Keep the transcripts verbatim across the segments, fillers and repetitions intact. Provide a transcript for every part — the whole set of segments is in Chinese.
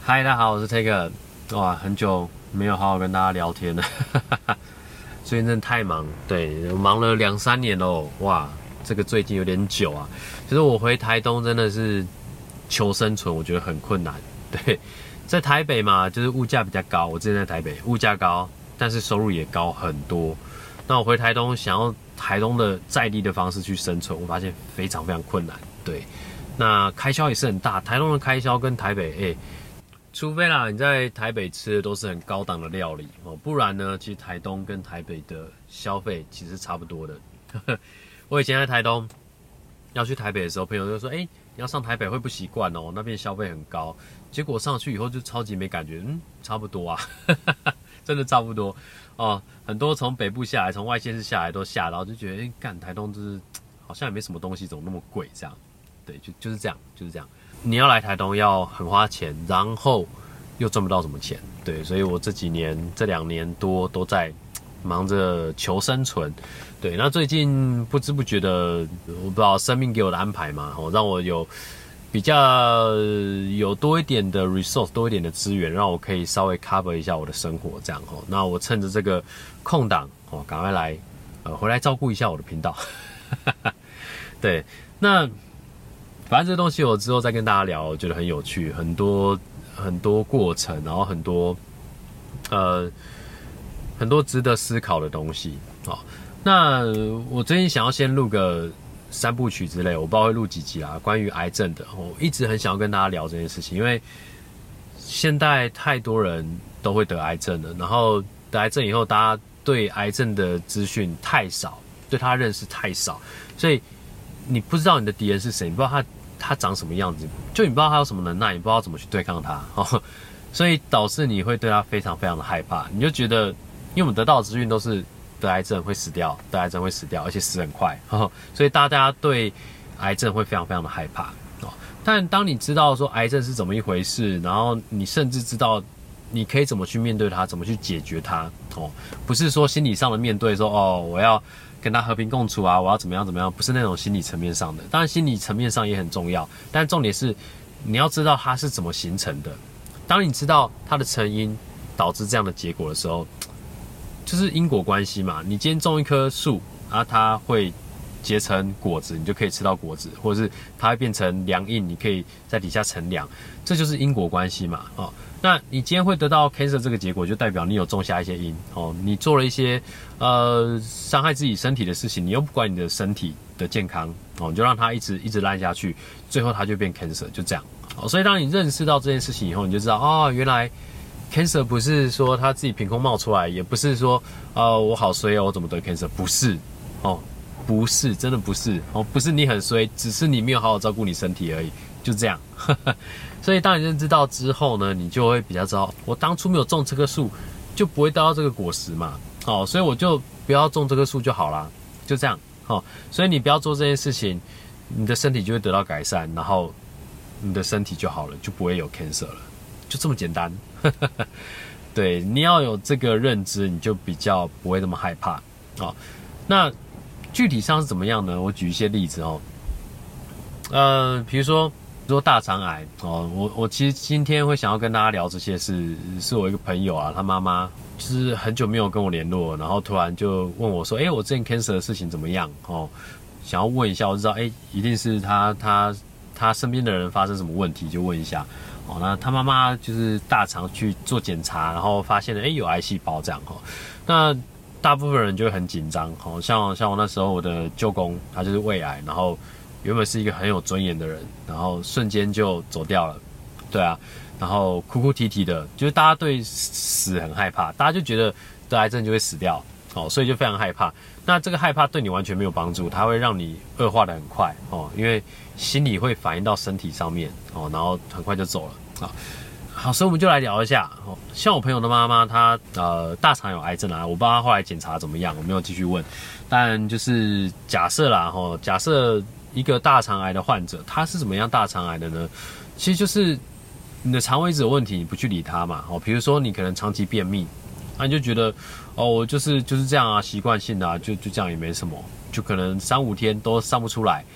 嗨，大家好，我是 Take。哇，很久没有好好跟大家聊天了，最近真的太忙，对，我忙了两三年喽。哇，这个最近有点久啊。其实我回台东真的是求生存，我觉得很困难。对，在台北嘛，就是物价比较高。我之前在台北，物价高，但是收入也高很多。那我回台东，想要台东的在地的方式去生存，我发现非常非常困难。对，那开销也是很大。台东的开销跟台北，哎、欸。除非啦，你在台北吃的都是很高档的料理哦，不然呢，其实台东跟台北的消费其实差不多的。我以前在台东要去台北的时候，朋友就说：“哎、欸，你要上台北会不习惯哦，那边消费很高。”结果上去以后就超级没感觉，嗯，差不多啊，真的差不多哦。很多从北部下来，从外县市下来都吓到，就觉得哎，干、欸、台东就是好像也没什么东西，怎么那么贵这样？对，就就是这样，就是这样。你要来台东要很花钱，然后又赚不到什么钱，对，所以我这几年这两年多都在忙着求生存，对。那最近不知不觉的，我不知道生命给我的安排嘛，让我有比较有多一点的 resource， 多一点的资源，让我可以稍微 cover 一下我的生活，这样哦。那我趁着这个空档哦，赶快来呃回来照顾一下我的频道，对，那。反正这个东西我之后再跟大家聊，我觉得很有趣，很多很多过程，然后很多呃很多值得思考的东西。好，那我最近想要先录个三部曲之类，我不知道会录几集啦，关于癌症的，我一直很想要跟大家聊这件事情，因为现在太多人都会得癌症了，然后得癌症以后，大家对癌症的资讯太少，对他认识太少，所以你不知道你的敌人是谁，你不知道他。他长什么样子，就你不知道他有什么能耐，你不知道怎么去对抗他，哦，所以导致你会对他非常非常的害怕。你就觉得，因为我们得到的资讯都是得癌症会死掉，得癌症会死掉，而且死很快，哦，所以大家对癌症会非常非常的害怕。哦，但当你知道说癌症是怎么一回事，然后你甚至知道你可以怎么去面对它，怎么去解决它，哦，不是说心理上的面对说哦我要。跟他和平共处啊，我要怎么样怎么样，不是那种心理层面上的，当然心理层面上也很重要，但重点是你要知道它是怎么形成的。当你知道它的成因导致这样的结果的时候，就是因果关系嘛。你今天种一棵树啊，它会结成果子，你就可以吃到果子，或者是它会变成梁印，你可以在底下乘凉，这就是因果关系嘛。哦，那你今天会得到 cancer 这个结果，就代表你有种下一些因哦，你做了一些呃伤害自己身体的事情，你又不管你的身体的健康哦，你就让它一直一直烂下去，最后它就变 cancer， 就这样。哦，所以当你认识到这件事情以后，你就知道哦，原来 cancer 不是说它自己凭空冒出来，也不是说呃我好衰哦，我怎么得 cancer， 不是哦。不是，真的不是哦，不是你很衰，只是你没有好好照顾你身体而已，就这样。所以当你认知到之后呢，你就会比较知道，我当初没有种这棵树，就不会得到这个果实嘛。哦，所以我就不要种这棵树就好啦，就这样。哦，所以你不要做这件事情，你的身体就会得到改善，然后你的身体就好了，就不会有 cancer 了，就这么简单。对，你要有这个认知，你就比较不会那么害怕。哦，那。具体上是怎么样呢？我举一些例子哦，呃，比如说，比如说大肠癌哦，我我其实今天会想要跟大家聊这些事，是我一个朋友啊，他妈妈就是很久没有跟我联络，然后突然就问我说，哎、欸，我之前 cancer 的事情怎么样？哦，想要问一下，我就知道，哎、欸，一定是他他他身边的人发生什么问题，就问一下。哦，那他妈妈就是大肠去做检查，然后发现了，哎、欸，有癌细胞这样哦，那。大部分人就会很紧张，好像像我那时候我的舅公，他就是胃癌，然后原本是一个很有尊严的人，然后瞬间就走掉了，对啊，然后哭哭啼啼的，就是大家对死很害怕，大家就觉得得癌症就会死掉，哦，所以就非常害怕。那这个害怕对你完全没有帮助，它会让你恶化的很快，哦，因为心理会反映到身体上面，哦，然后很快就走了，啊。好，所以我们就来聊一下。哦，像我朋友的妈妈，她呃大肠有癌症啊，我不知道她后来检查怎么样，我没有继续问。但就是假设啦，吼，假设一个大肠癌的患者，他是怎么样大肠癌的呢？其实就是你的肠胃一直有问题，你不去理它嘛。哦，比如说你可能长期便秘，那、啊、你就觉得哦，我就是就是这样啊，习惯性的啊，就就这样也没什么，就可能三五天都上不出来。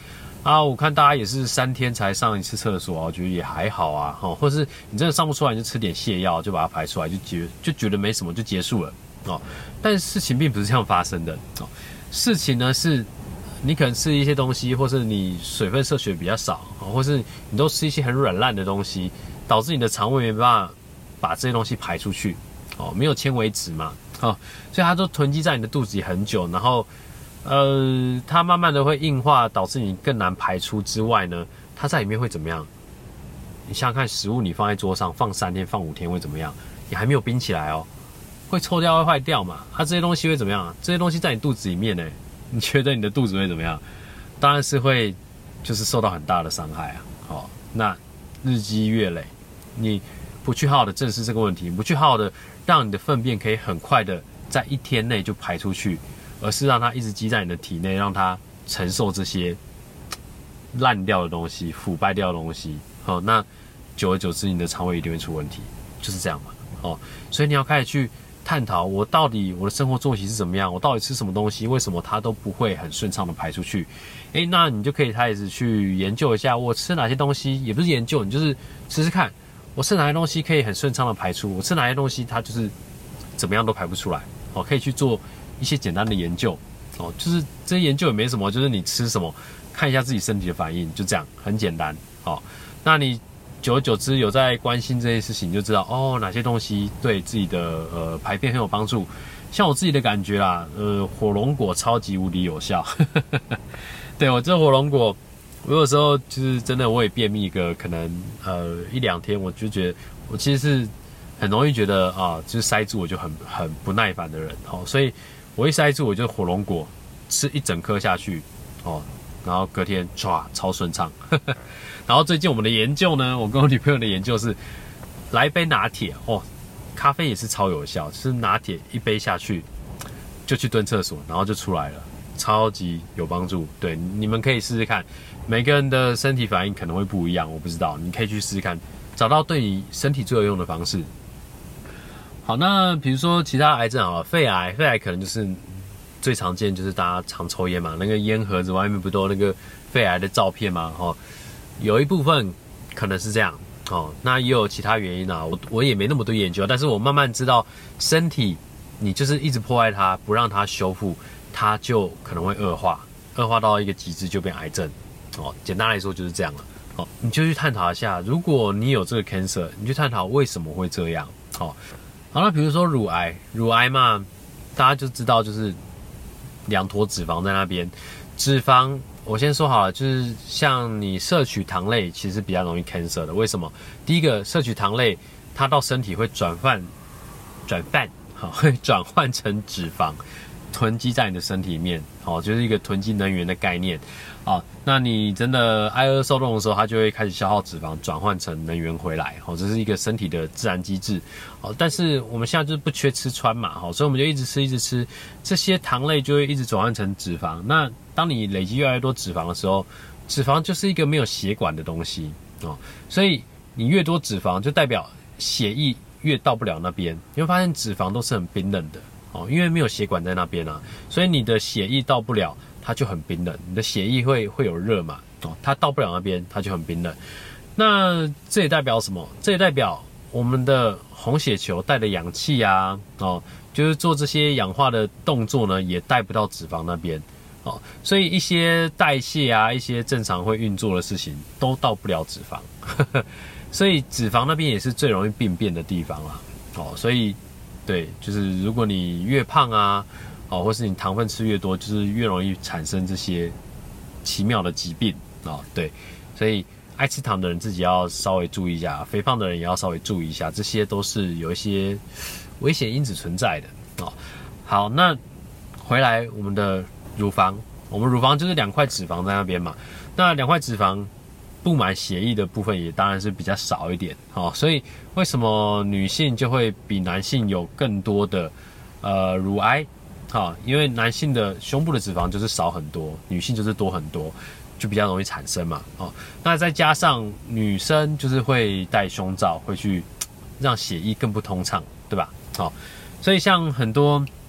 啊，我看大家也是三天才上一次厕所啊，我觉得也还好啊，哦，或是你真的上不出来，你就吃点泻药就把它排出来，就觉就觉得没什么就结束了哦。但是事情并不是这样发生的哦，事情呢是。你可能吃一些东西，或是你水分摄取比较少，或是你都吃一些很软烂的东西，导致你的肠胃没办法把这些东西排出去，哦，没有纤维质嘛，哦，所以它都囤积在你的肚子里很久，然后，呃，它慢慢的会硬化，导致你更难排出之外呢，它在里面会怎么样？你想想看，食物你放在桌上放三天、放五天会怎么样？你还没有冰起来哦，会臭掉、会坏掉嘛？它这些东西会怎么样？这些东西在你肚子里面呢？你觉得你的肚子会怎么样？当然是会，就是受到很大的伤害啊。哦，那日积月累，你不去好好的正视这个问题，不去好好的让你的粪便可以很快的在一天内就排出去，而是让它一直积在你的体内，让它承受这些烂掉的东西、腐败掉的东西。哦，那久而久之，你的肠胃一定会出问题，就是这样嘛。哦，所以你要开始去。探讨我到底我的生活作息是怎么样，我到底吃什么东西，为什么它都不会很顺畅的排出去？诶，那你就可以开始去研究一下，我吃哪些东西，也不是研究，你就是试试看，我吃哪些东西可以很顺畅的排出，我吃哪些东西它就是怎么样都排不出来。哦，可以去做一些简单的研究。哦，就是这些研究也没什么，就是你吃什么，看一下自己身体的反应，就这样，很简单。哦，那你。久而久之，有在关心这些事情，你就知道哦，哪些东西对自己的呃排便很有帮助。像我自己的感觉啦，呃，火龙果超级无敌有效。对我这火龙果，我有时候就是真的我也便秘个可能呃一两天，我就觉得我其实是很容易觉得啊，就是塞住我就很很不耐烦的人哦，所以我一塞住我就火龙果吃一整颗下去哦，然后隔天唰超顺畅。然后最近我们的研究呢，我跟我女朋友的研究是来一杯拿铁哦，咖啡也是超有效，就是拿铁一杯下去就去蹲厕所，然后就出来了，超级有帮助。对，你们可以试试看，每个人的身体反应可能会不一样，我不知道，你可以去试试看，找到对你身体最有用的方式。好，那比如说其他癌症好了，肺癌，肺癌可能就是最常见，就是大家常抽烟嘛，那个烟盒子外面不都有那个肺癌的照片吗？哦。有一部分可能是这样哦，那也有其他原因啊，我我也没那么多研究，但是我慢慢知道，身体你就是一直破坏它，不让它修复，它就可能会恶化，恶化到一个极致就变癌症哦。简单来说就是这样了哦，你就去探讨一下，如果你有这个 cancer， 你去探讨为什么会这样哦。好，那比如说乳癌，乳癌嘛，大家就知道就是两坨脂肪在那边，脂肪。我先说好了，就是像你摄取糖类，其实比较容易 cancer 的。为什么？第一个，摄取糖类，它到身体会转换，转换，好，会转换成脂肪，囤积在你的身体里面，好，就是一个囤积能源的概念。啊，那你真的挨饿受冻的时候，它就会开始消耗脂肪，转换成能源回来。好，这是一个身体的自然机制。好，但是我们现在就是不缺吃穿嘛，好，所以我们就一直吃，一直吃，这些糖类就会一直转换成脂肪。那当你累积越来越多脂肪的时候，脂肪就是一个没有血管的东西哦，所以你越多脂肪，就代表血液越到不了那边。你会发现脂肪都是很冰冷的哦，因为没有血管在那边啊，所以你的血液到不了。它就很冰冷，你的血液会会有热嘛？哦，它到不了那边，它就很冰冷。那这也代表什么？这也代表我们的红血球带的氧气啊，哦，就是做这些氧化的动作呢，也带不到脂肪那边，哦，所以一些代谢啊，一些正常会运作的事情都到不了脂肪，呵呵，所以脂肪那边也是最容易病变的地方啦，哦，所以对，就是如果你越胖啊。哦，或是你糖分吃越多，就是越容易产生这些奇妙的疾病哦。对，所以爱吃糖的人自己要稍微注意一下，肥胖的人也要稍微注意一下，这些都是有一些危险因子存在的哦。好，那回来我们的乳房，我们乳房就是两块脂肪在那边嘛。那两块脂肪布满血液的部分也当然是比较少一点哦。所以为什么女性就会比男性有更多的呃乳癌？好，因为男性的胸部的脂肪就是少很多，女性就是多很多，就比较容易产生嘛。哦，那再加上女生就是会戴胸罩，会去让血液更不通畅，对吧？好，所以像很多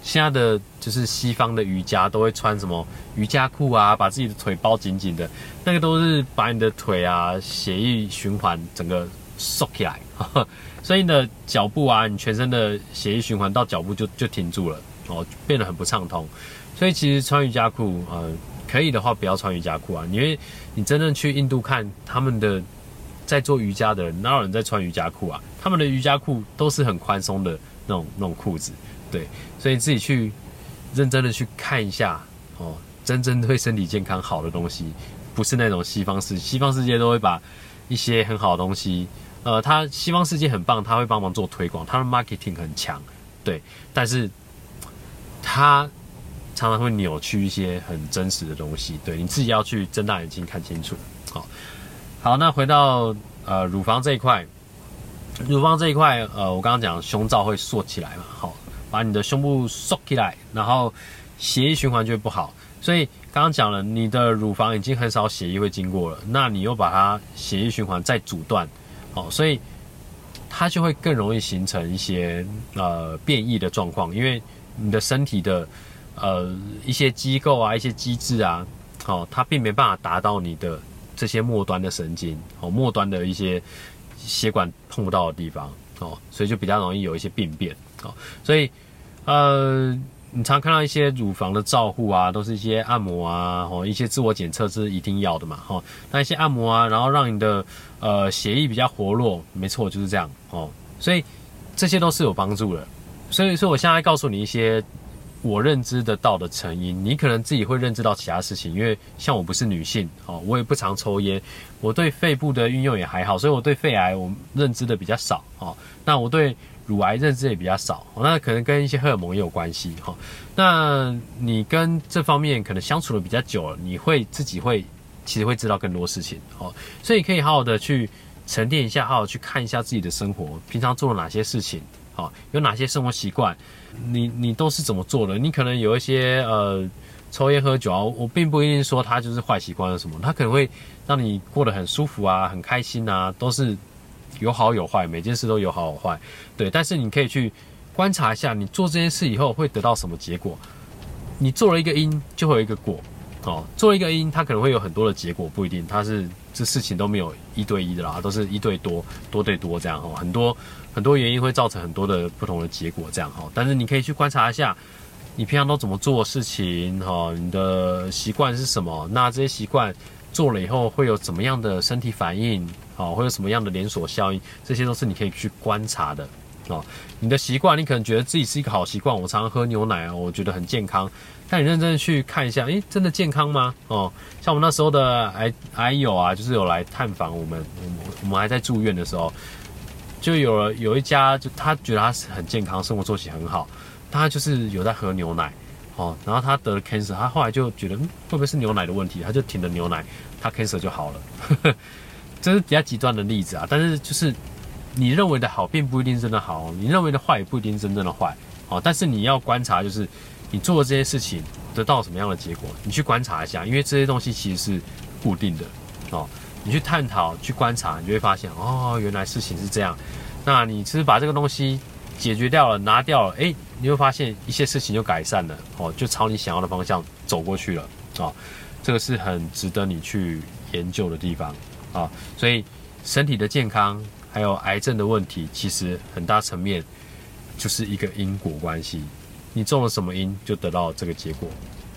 现在的就是西方的瑜伽都会穿什么瑜伽裤啊，把自己的腿包紧紧的，那个都是把你的腿啊血液循环整个缩起来，所以你的脚部啊，你全身的血液循环到脚部就就停住了哦，变得很不畅通。所以其实穿瑜伽裤，呃，可以的话不要穿瑜伽裤啊，因为你真正去印度看他们的在做瑜伽的人，哪有人在穿瑜伽裤啊？他们的瑜伽裤都是很宽松的那种那种裤子。对，所以自己去认真的去看一下哦，真正对身体健康好的东西，不是那种西方世西方世界都会把一些很好的东西，呃，他西方世界很棒，他会帮忙做推广，他的 marketing 很强，对，但是他常常会扭曲一些很真实的东西，对，你自己要去睁大眼睛看清楚。好，好，那回到呃乳房这一块，乳房这一块，呃，我刚刚讲胸罩会缩起来嘛，好。把你的胸部缩起来，然后血液循环就会不好。所以刚刚讲了，你的乳房已经很少血液会经过了，那你又把它血液循环再阻断，哦，所以它就会更容易形成一些呃变异的状况，因为你的身体的呃一些机构啊、一些机制啊，哦，它并没办法达到你的这些末端的神经，哦，末端的一些血管碰不到的地方，哦，所以就比较容易有一些病变。哦，所以，呃，你常看到一些乳房的照护啊，都是一些按摩啊，哦，一些自我检测是一定要的嘛，哦，那一些按摩啊，然后让你的呃血液比较活络，没错，就是这样，哦，所以这些都是有帮助的。所以说，我现在告诉你一些我认知得到的成因，你可能自己会认知到其他事情，因为像我不是女性，哦，我也不常抽烟，我对肺部的运用也还好，所以我对肺癌我认知的比较少，哦，那我对乳癌认知也比较少，那可能跟一些荷尔蒙也有关系哈。那你跟这方面可能相处的比较久了，你会自己会其实会知道更多事情哦，所以可以好好的去沉淀一下，好好去看一下自己的生活，平常做了哪些事情，好，有哪些生活习惯，你你都是怎么做的？你可能有一些呃抽烟喝酒啊，我并不一定说它就是坏习惯什么，它可能会让你过得很舒服啊，很开心啊，都是有好有坏，每件事都有好有坏，对。但是你可以去观察一下，你做这件事以后会得到什么结果。你做了一个因，就会有一个果，哦。做了一个因，它可能会有很多的结果，不一定。它是这事情都没有一对一的啦，都是一对多，多对多这样哦。很多很多原因会造成很多的不同的结果这样哦。但是你可以去观察一下，你平常都怎么做事情哈，你的习惯是什么？那这些习惯做了以后会有怎么样的身体反应？哦，会有什么样的连锁效应？这些都是你可以去观察的哦。你的习惯，你可能觉得自己是一个好习惯，我常常喝牛奶啊，我觉得很健康。但你认真的去看一下，诶，真的健康吗？哦，像我们那时候的癌癌友啊，就是有来探访我们，我们我们还在住院的时候，就有了有一家，就他觉得他是很健康，生活作息很好，他就是有在喝牛奶。哦，然后他得了 cancer， 他后来就觉得，嗯，会不会是牛奶的问题？他就停了牛奶，他 cancer 就好了。呵呵，这是比较极端的例子啊，但是就是你认为的好，并不一定真的好；你认为的坏，也不一定真正的坏。哦，但是你要观察，就是你做的这些事情得到什么样的结果，你去观察一下，因为这些东西其实是固定的。哦，你去探讨、去观察，你就会发现，哦，原来事情是这样。那你其实把这个东西解决掉了，拿掉了，哎，你会发现一些事情就改善了，哦，就朝你想要的方向走过去了，哦，这个是很值得你去研究的地方啊。所以身体的健康还有癌症的问题，其实很大层面就是一个因果关系，你种了什么因，就得到这个结果。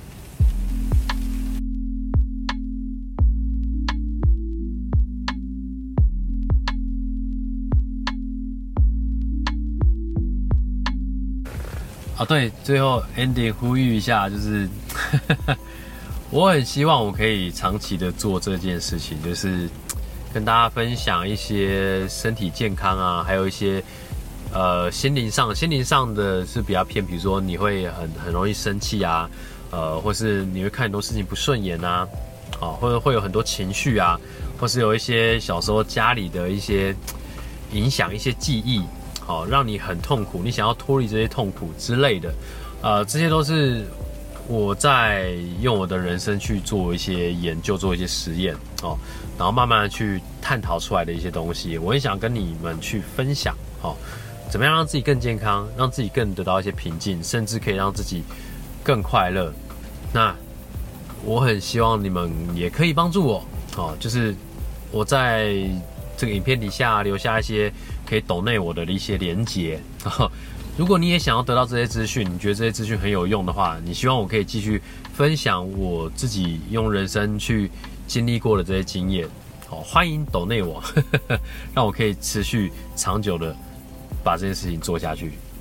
啊，对，最后 Andy 呼吁一下，就是我很希望我可以长期的做这件事情，就是跟大家分享一些身体健康啊，还有一些呃心灵上，心灵上的是比较偏，比如说你会很很容易生气啊，呃，或是你会看很多事情不顺眼啊，啊，或者会有很多情绪啊，或是有一些小时候家里的一些影响、一些记忆。好，让你很痛苦，你想要脱离这些痛苦之类的，呃，这些都是我在用我的人生去做一些研究，做一些实验哦，然后慢慢的去探讨出来的一些东西，我很想跟你们去分享哦。 怎么样让自己更健康，让自己更得到一些平静，甚至可以让自己更快乐。那我很希望你们也可以帮助我哦，就是我在这个影片底下留下一些可以抖内我的一些连结。如果你也想要得到这些资讯，你觉得这些资讯很有用的话，你希望我可以继续分享我自己用人生去经历过的这些经验，好，欢迎抖内我，让我可以持续长久的把这件事情做下去。